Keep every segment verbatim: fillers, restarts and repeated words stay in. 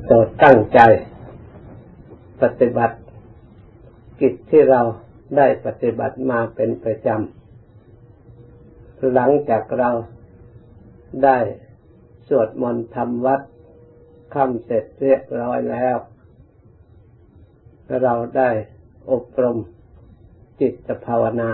โปรดตั้งใจปฏิบัติกิจที่เราได้ปฏิบัติมาเป็นประจำหลังจากเราได้สวดมนต์ทำวัดค่ำเสร็จเรียบร้อยแล้วเราได้อบรมจิตภาวนา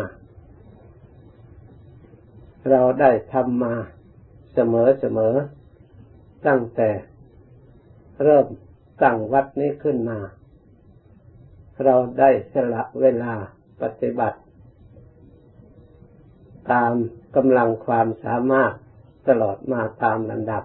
เราได้ทำมาเสมอๆตั้งแต่เริ่มตั้งวัดนี้ขึ้นมาเราได้สละเวลาปฏิบัติตามกำลังความสามารถตลอดมาตามลำดับ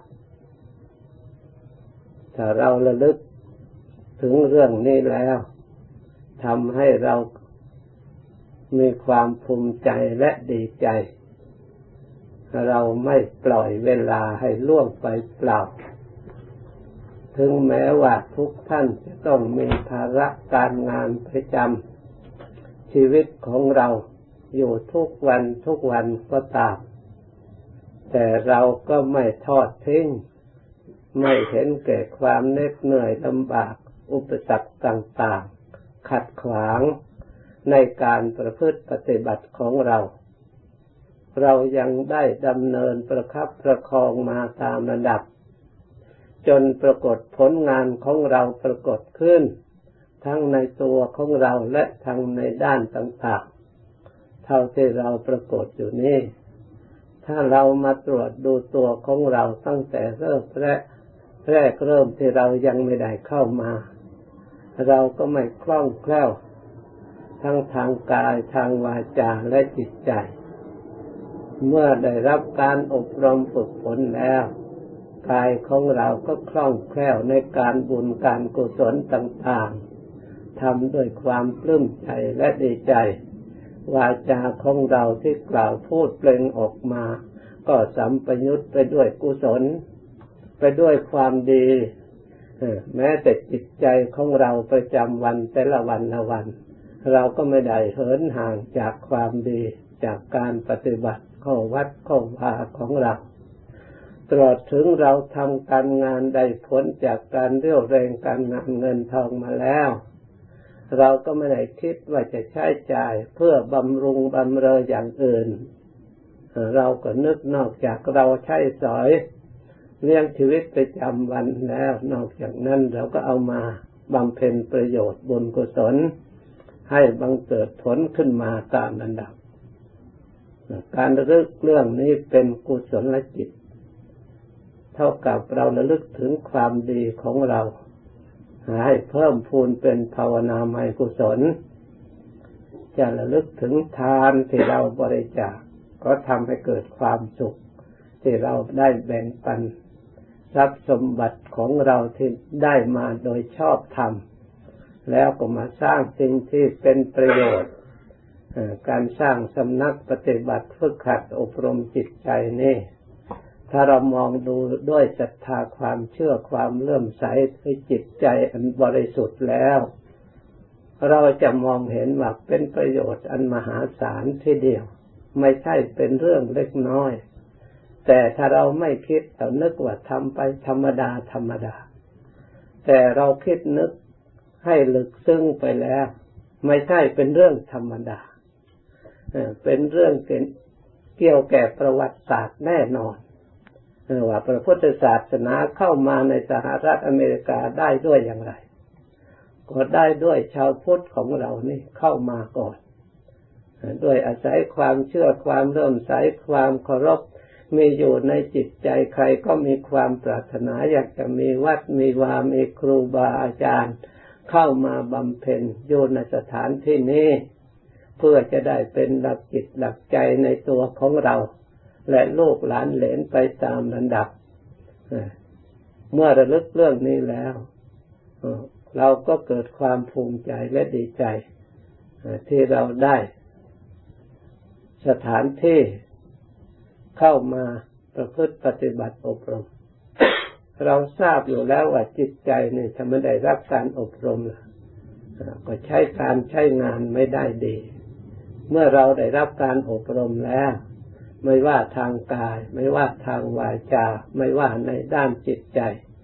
ถ้าเราระลึกถึงเรื่องนี้แล้วทำให้เรามีความภูมิใจและดีใจเราไม่ปล่อยเวลาให้ล่วงไปเปล่าถึงแม้ว่าทุกท่านจะต้องมีภาระการงานประจำชีวิตของเราอยู่ทุกวันทุกวันก็ตามแต่เราก็ไม่ทอดทิ้งไม่เห็นแก่ความเหน็ดเหนื่อยลำบากอุปสรรคต่างๆขัดขวางในการประพฤติปฏิบัติของเราเรายังได้ดำเนินประคับประคองมาตามระดับจนปรากฏผลงานของเราปรากฏขึ้นทั้งในตัวของเราและทั้งในด้านต่างๆเท่าที่เราปรากฏอยู่นี้ถ้าเรามาตรวจดูตัวของเราตั้งแต่เริ่มแรกแรกเริ่มที่เรายังไม่ได้เข้ามาเราก็ไม่คล่องแคล่วทั้งทางกายทางวาจาและจิตใจเมื่อได้รับการอบรมฝึกฝนแล้วกายของเราก็คล่องแคล่วในการบุญการกุศลต่างๆทำด้วยความปลื้มใจและดีใจวาจาของเราที่กล่าวพูดเปล่งออกมาก็สัมปยุตไปด้วยกุศลไปด้วยความดีแม้แต่จิตใจของเราประจำวันแต่ละวันละวันเราก็ไม่ได้เหินห่างจากความดีจากการปฏิบัติข้อวัดข้อวาของเราตลอดถึงเราทำการงานได้ผลจากการเรี่ยวแรงการงานเงินทองมาแล้วเราก็ไม่ได้คิดว่าจะใช้จ่ายเพื่อบำรุงบำเรออย่างอื่นเราก็นึกนอกจากเราใช้สอยเลี้ยงชีวิตประจำวันแล้วนอกจากนั้นเราก็เอามาบำเพ็ญประโยชน์บุญกุศลให้บังเกิดผลขึ้นมาตามลำดับการระลึกเรื่องนี้เป็นกุศลจิตเท่ากับเราระลึกถึงความดีของเราให้เพิ่มพูนเป็นภาวนามยกุศลจะระลึกถึงทานที่เราบริจาคก็ทำให้เกิดความสุขที่เราได้แบ่งปันทรัพย์สมบัติของเราที่ได้มาโดยชอบธรรมแล้วก็มาสร้างสิ่งที่เป็นประโยชน์การสร้างสำนักปฏิบัติฝึกหัดอบรมจิตใจนี่ถ้าเรามองดูด้วยศรัทธาความเชื่อความเลื่อมใสในจิตใจอันบริสุทธิ์แล้วเราจะมองเห็นว่าเป็นประโยชน์อันมหาศาลทีเดียวไม่ใช่เป็นเรื่องเล็กน้อยแต่ถ้าเราไม่คิดเรานึกว่าทำไปธรรมดาธรรมดาแต่เราคิดนึกให้ลึกซึ้งไปแล้วไม่ใช่เป็นเรื่องธรรมดาเป็นเรื่องเกี่ยวแก่ประวัติศาสตร์แน่นอนว่าพระพุทธศาสนาเข้ามาในสหรัฐอเมริกาได้ด้วยอย่างไรก็ได้ด้วยชาวพุทธของเรานี่เข้ามาก่อนด้วยอาศัยความเชื่อความเลื่อมใสความเคารพมีอยู่ในจิตใจใครก็มีความปรารถนาอยากจะมีวัดมีวามีครูบาอาจารย์เข้ามาบำเพ็ญอยู่ในสถานที่นี้เพื่อจะได้เป็นหลักจิตหลักใจในตัวของเราและลูกหลานเหลนไปตามลำดับเมื่อระลึกเรื่องนี้แล้วเราก็เกิดความภูมิใจและดีใจที่เราได้สถานที่เข้ามาประพฤติปฏิบัติอบรมเราทราบอยู่แล้วว่าจิตใจนี่ถ้าไม่ได้รับการอบรมก็ใช้การใช้งานไม่ได้ดีเมื่อเราได้รับการอบรมแล้วไม่ว่าทางกายไม่ว่าทางวาจาไม่ว่าในด้านจิตใจ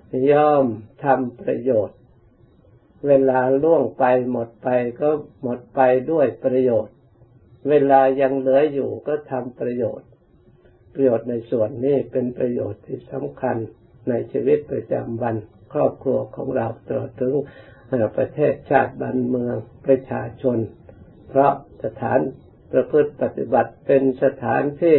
ย่อมทำประโยชน์เวลาล่วงไปหมดไปก็หมดไปด้วยประโยชน์เวลายังเหลืออยู่ก็ทำประโยชน์ประโยชน์ในส่วนนี้เป็นประโยชน์ที่สำคัญในชีวิตประจำวันครอบครัวของเราตลอดถึงประเทศชาติบ้านเมืองประชาชนเพราะสถานประพฤติปฏิบัติเป็นสถานที่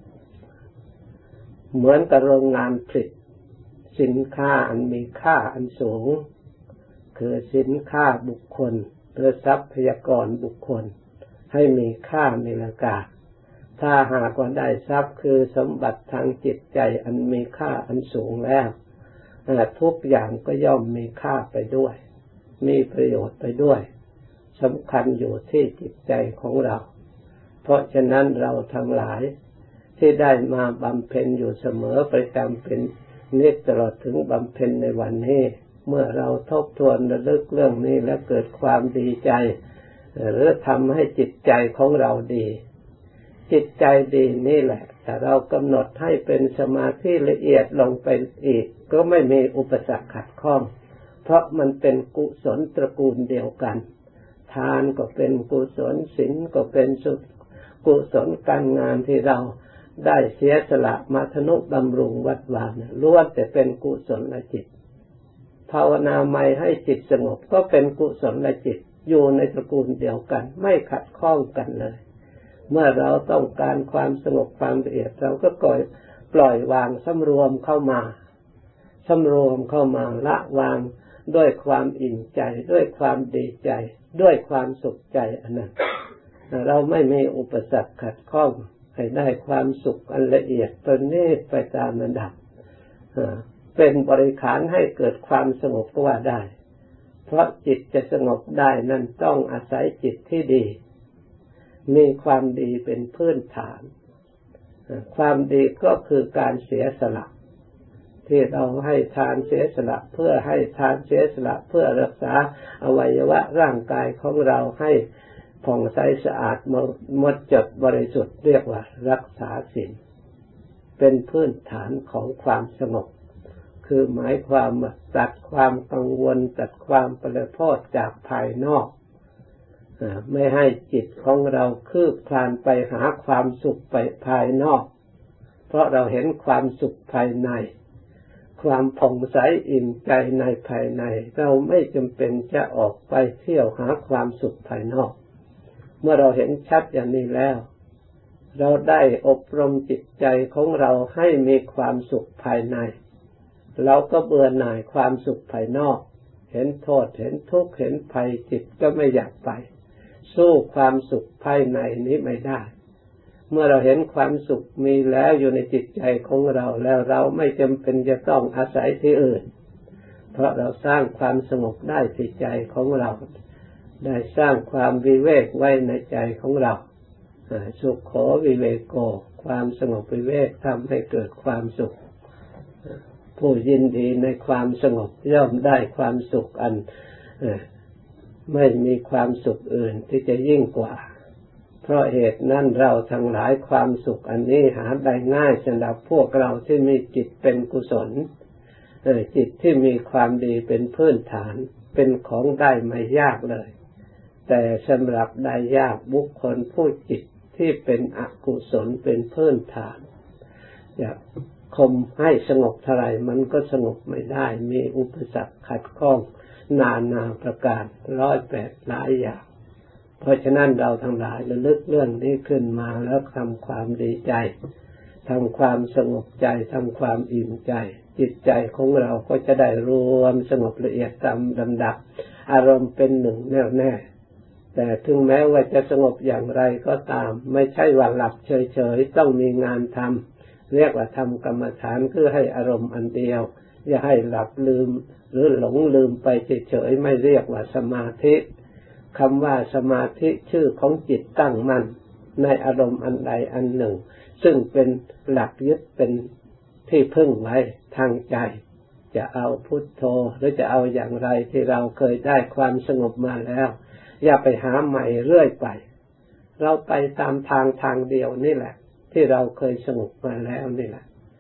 เหมือนกับโรงงานผลิตสินค้าอันมีค่าอันสูงคือสินค้าบุคคลหรือทรัพยากรบุคคลให้มีค่ามีราคาถ้าหากว่าได้ทรัพย์คือสมบัติทางจิตใจอันมีค่าอันสูงแล้วทุกอย่างก็ย่อมมีค่าไปด้วยมีประโยชน์ไปด้วยสำคัญอยู่ที่จิตใจของเราเพราะฉะนั้นเราทั้งหลายที่ได้มาบำเพ็ญอยู่เสมอประจำเป็นนิจตลอดถึงบำเพ็ญในวันนี้เมื่อเราทบทวนระลึกเรื่องนี้และเกิดความดีใจหรือทำให้จิตใจของเราดีจิตใจดีนี่แหละแต่เรากำหนดให้เป็นสมาธิละเอียดลงไปอีกก็ไม่มีอุปสรรคขัดข้องเพราะมันเป็นกุศลตระกูลเดียวกันทานก็เป็นกุศลศีลก็เป็นกุศลการงานที่เราได้เสียสละมาทนุบำรุงวัดวาเนี่ยล้วนแต่เป็นกุศลจิตภาวนาใหม่ให้จิตสงบก็เป็นกุศลจิตอยู่ในตระกูลเดียวกันไม่ขัดข้องกันเลยเมื่อเราต้องการความสงบความละเอียดเราก็ปล่อยปล่อยวางสำรวมเข้ามาสำรวมเข้ามาละวางด้วยความอิ่มใจด้วยความดีใจด้วยความสุขใจอันนั้นเราไม่มีอุปสรรคขัดข้องให้ได้ความสุขอันละเอียดตนนี้ไปตามระดับเป็นบริขารให้เกิดความสงบก็ว่าได้เพราะจิตจะสงบได้นั้นต้องอาศัยจิตที่ดีมีความดีเป็นพื้นฐานความดีก็คือการเสียสละที่เราให้ทานเสียสละเพื่อให้ทานเสียสละเพื่อรักษาอวัยวะร่างกายของเราให้ผ่องใสสะอาดหมดจดบริสุทธิ์เรียกว่ารักษาศีลเป็นพื้นฐานของความสงบคือหมายความว่าตัดความกังวลตัดความปริโภคจากภายนอกไม่ให้จิตของเราคืบคลานไปหาความสุขไปภายนอกเพราะเราเห็นความสุขภายในความผ่องใสอิ่มใจในภายในเราไม่จำเป็นจะออกไปเที่ยวหาความสุขภายนอกเมื่อเราเห็นชัดอย่างนี้แล้วเราได้อบรมจิตใจของเราให้มีความสุขภายในเราก็เบื่อหน่ายความสุขภายนอกเห็นโทษเห็นทุกข์เห็นภัยจิตก็ไม่อยากไปสู้ความสุขภายในนี้ไม่ได้เมื่อเราเห็นความสุขมีแล้วอยู่ในจิตใจของเราแล้วเราไม่จำเป็นจะต้องอาศัยที่อื่นเพราะเราสร้างความสงบได้ที่ใจของเราได้สร้างความวิเวกไว้ในใจของเราสุขโขวิเวโกความสงบวิเวกทำให้เกิดความสุขผู้ยินดีในความสงบย่อมได้ความสุขอันไม่มีความสุขอื่นที่จะยิ่งกว่าเพราะเหตุนั้นเราทั้งหลายความสุขอันนี้หาได้ง่ายสำหรับพวกเราที่มีจิตเป็นกุศลจิตที่มีความดีเป็นพื้นฐานเป็นของได้ไม่ยากเลยแต่สำหรับได้ยากบุคคลผู้จิตที่เป็นอกุศลเป็นพื้นฐานจะข่มให้สงบเท่าไรมันก็สงบไม่ได้มีอุปสรรคขัดข้องนานาประการร้อยแปดหลายอย่างเพราะฉะนั้นเราทั้งหลายระลึกเรื่องนี้ขึ้นมาแล้วทำความดีใจทำความสงบใจทำความอิ่มใจจิตใจของเราก็จะได้รวมสงบละเอียดตามลำดับอารมณ์เป็นหนึ่งแน่วแน่แต่ถึงแม้ว่าจะสงบอย่างไรก็ตามไม่ใช่ว่าหลับเฉยๆต้องมีงานทำเรียกว่าทำกรรมฐานคือให้อารมณ์อันเดียวอย่าให้หลับลืมหรือหลงลืมไปเฉยๆไม่เรียกว่าสมาธิคำว่าสมาธิชื่อของจิตตั้งมั่นในอารมณ์อันใดอันหนึ่งซึ่งเป็นหลักยึดเป็นที่พึ่งไว้ทางใจจะเอาพุทโธหรือจะเอาอย่างไรที่เราเคยได้ความสงบมาแล้วอย่าไปหาใหม่เรื่อยไปเราไปตามทางทางเดียวนี่แหละที่เราเคยสงบมาแล้วนี่แหละ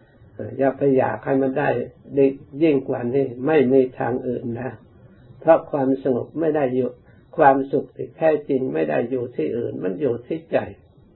อย่าไปอยากให้มันได้ดียิ่งกว่านี้ไม่มีทางอื่นแล้วเพราะความสงบไม่ได้อยู่ความสุขที่แท้จริงไม่ได้อยู่ที่อื่นมันอยู่ที่ใจ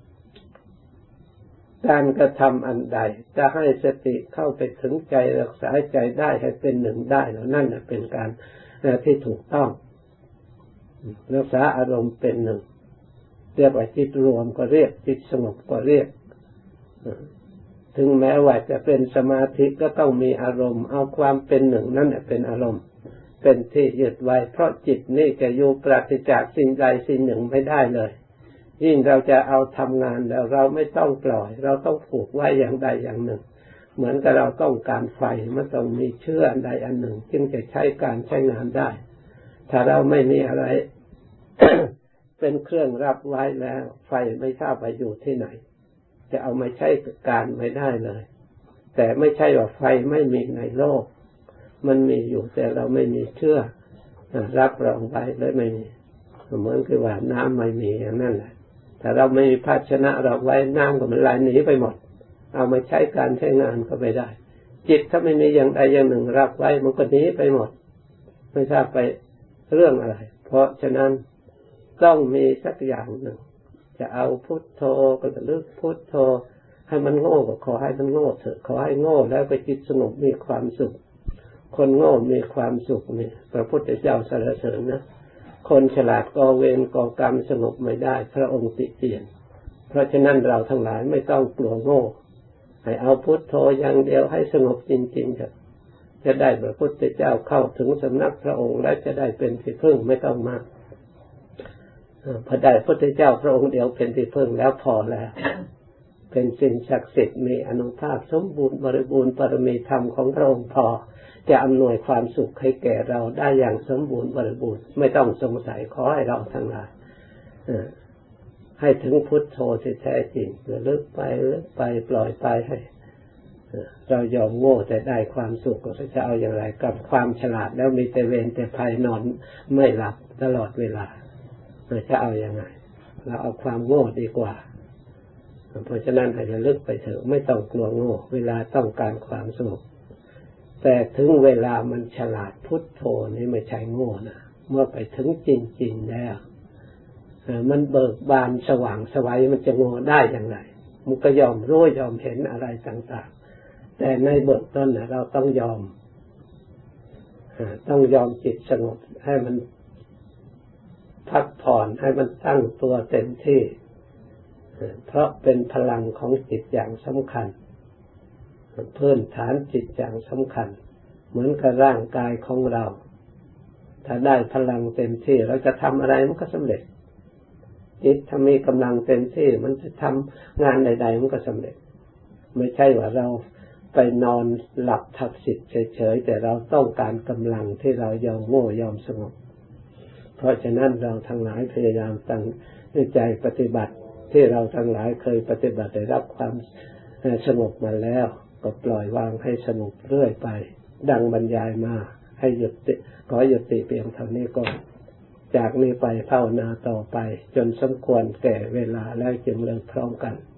การกระทำอันใดจะให้สติเข้าไปถึงใจรักษาใจได้ให้เป็นหนึ่งได้แล้วนั่นเป็นการที่ถูกต้องรักษาอารมณ์เป็นหนึ่งเรียกว่าจิตรวมก็เรียกจิตสงบก็เรียกถึงแม้ว่าจะเป็นสมาธิก็ต้องมีอารมณ์เอาความเป็นหนึ่งนั่นเป็นอารมณ์เป็นที่ยึดไว้เพราะจิตนี่จะอยู่ปราศจากสิ่งใดสิ่งหนึ่งไม่ได้เลยยิ่งเราจะเอาทำงานแล้วเราไม่ต้องปล่อยเราต้องผูกไว้อย่างใดอย่างหนึ่งเหมือนกับเราต้องการไฟมันต้องมีเชื้ออันใดอันหนึ่งจึงจะใช้การใช้งานได้ถ้าเราไม่มีอะไร เป็นเครื่องรับไว้แล้วไฟไม่ทราบว่าอยู่ที่ไหนจะเอามาใช้การไม่ได้เลยแต่ไม่ใช่ว่าไฟไม่มีในโลกมันมีอยู่แต่เราไม่มีเชื้อรับรองไว้และไม่มีเหมือนกับว่าน้ำไม่มีอย่างนั้นแหละถ้าเราไม่มีภาชนะเราไว้น้ำก็มันไหลหนีไปหมดเอามาใช้การใช้งานก็ไม่ได้จิตถ้าไม่มีอย่างใดอย่างหนึ่งรับไว้มันก็หนีไปหมดไม่ทราบไปเรื่องอะไรเพราะฉะนั้นต้องมีสักอย่างหนึ่งจะเอาพุทโธก็จะลึกพุทโธให้มันโง่ก็ขอให้มันโง่เถอะขอให้โง่แล้วไปจิตสงบมีความสุขคนโง่มีความสุขนี่พระพุทธเจ้าสรรเสริญนะคนฉลาดก่อเวรก่อกรรมสงบไม่ได้พระองค์ติเตียนเพราะฉะนั้นเราทั้งหลายไม่ต้องกลัวโง่ให้เอาพุทโธอย่างเดียวให้สงบจริงๆเถอะจะได้พระพุทธเจ้าเข้าถึงสำนักพระองค์และจะได้เป็นที่พึ่งไม่ต้องมากพอได้พระพุทธเจ้าพระองค์เดียวเป็นที่พึ่งแล้วพอแล้วเป็นสิ่งศักดิ์สิทธิ์มีอานุภาพสมบูรณ์บริบูรณ์ปรมีธรรมของพระองค์พอจะอำนวยความสุขให้แก่เราได้อย่างสมบูรณ์บริบูรณ์ไม่ต้องสงสัยขอให้เราทั้งหลายให้ถึงพุทโธที่แท้จริงระลึกไประลึกไปปล่อยไปให้เรายอมโง่แต่ได้ความสุขก็จะเอาอย่างไรกับความฉลาดแล้วมีแต่เวรแต่ภัยนอนไม่หลับตลอดเวลาจะเอาอย่างไรเราเอาความโง่ดีกว่าเพราะฉะนั้นให้ระลึกไปเถอะไม่ต้องกลัวโง่เวลาต้องการความสงบแต่ถึงเวลามันฉลาดพุทโธนี่ไม่ใช่โง่นะเมื่อไปถึงจริงๆแล้วมันเบิกบานสว่างไสวมันจะโง่ได้อย่างไรมันก็ยอมรู้ยอมเห็นอะไรต่างๆแต่ในเบื้องต้นเราต้องยอมต้องยอมจิตสงบให้มันพักผ่อนให้มันตั้งตัวเต็มที่เพราะเป็นพลังของจิตอย่างสำคัญพื้นฐานจิตอย่างสำคัญเหมือนกับร่างกายของเราถ้าได้พลังเต็มที่เราจะทำอะไรมันก็สำเร็จจิตถ้ามีกำลังเต็มที่มันจะทำงานใดๆมันก็สำเร็จไม่ใช่ว่าเราไปนอนหลับทับสิทธิ์เฉยๆแต่เราต้องการกำลังที่เรายอมโง่ยอมสงบเพราะฉะนั้นเราทั้งหลายพยายามตั้งใจปฏิบัติที่เราทั้งหลายเคยปฏิบัติได้รับความสงบมาแล้วก็ปล่อยวางให้สงบเรื่อยไปดังบรรยายมาให้หยุดติขอหยุดติเพียงเท่านี้ก่อนจากนี้ไปภาวนาต่อไปจนสมควรแก่เวลาแล้วจึงเลิกพร้อมกัน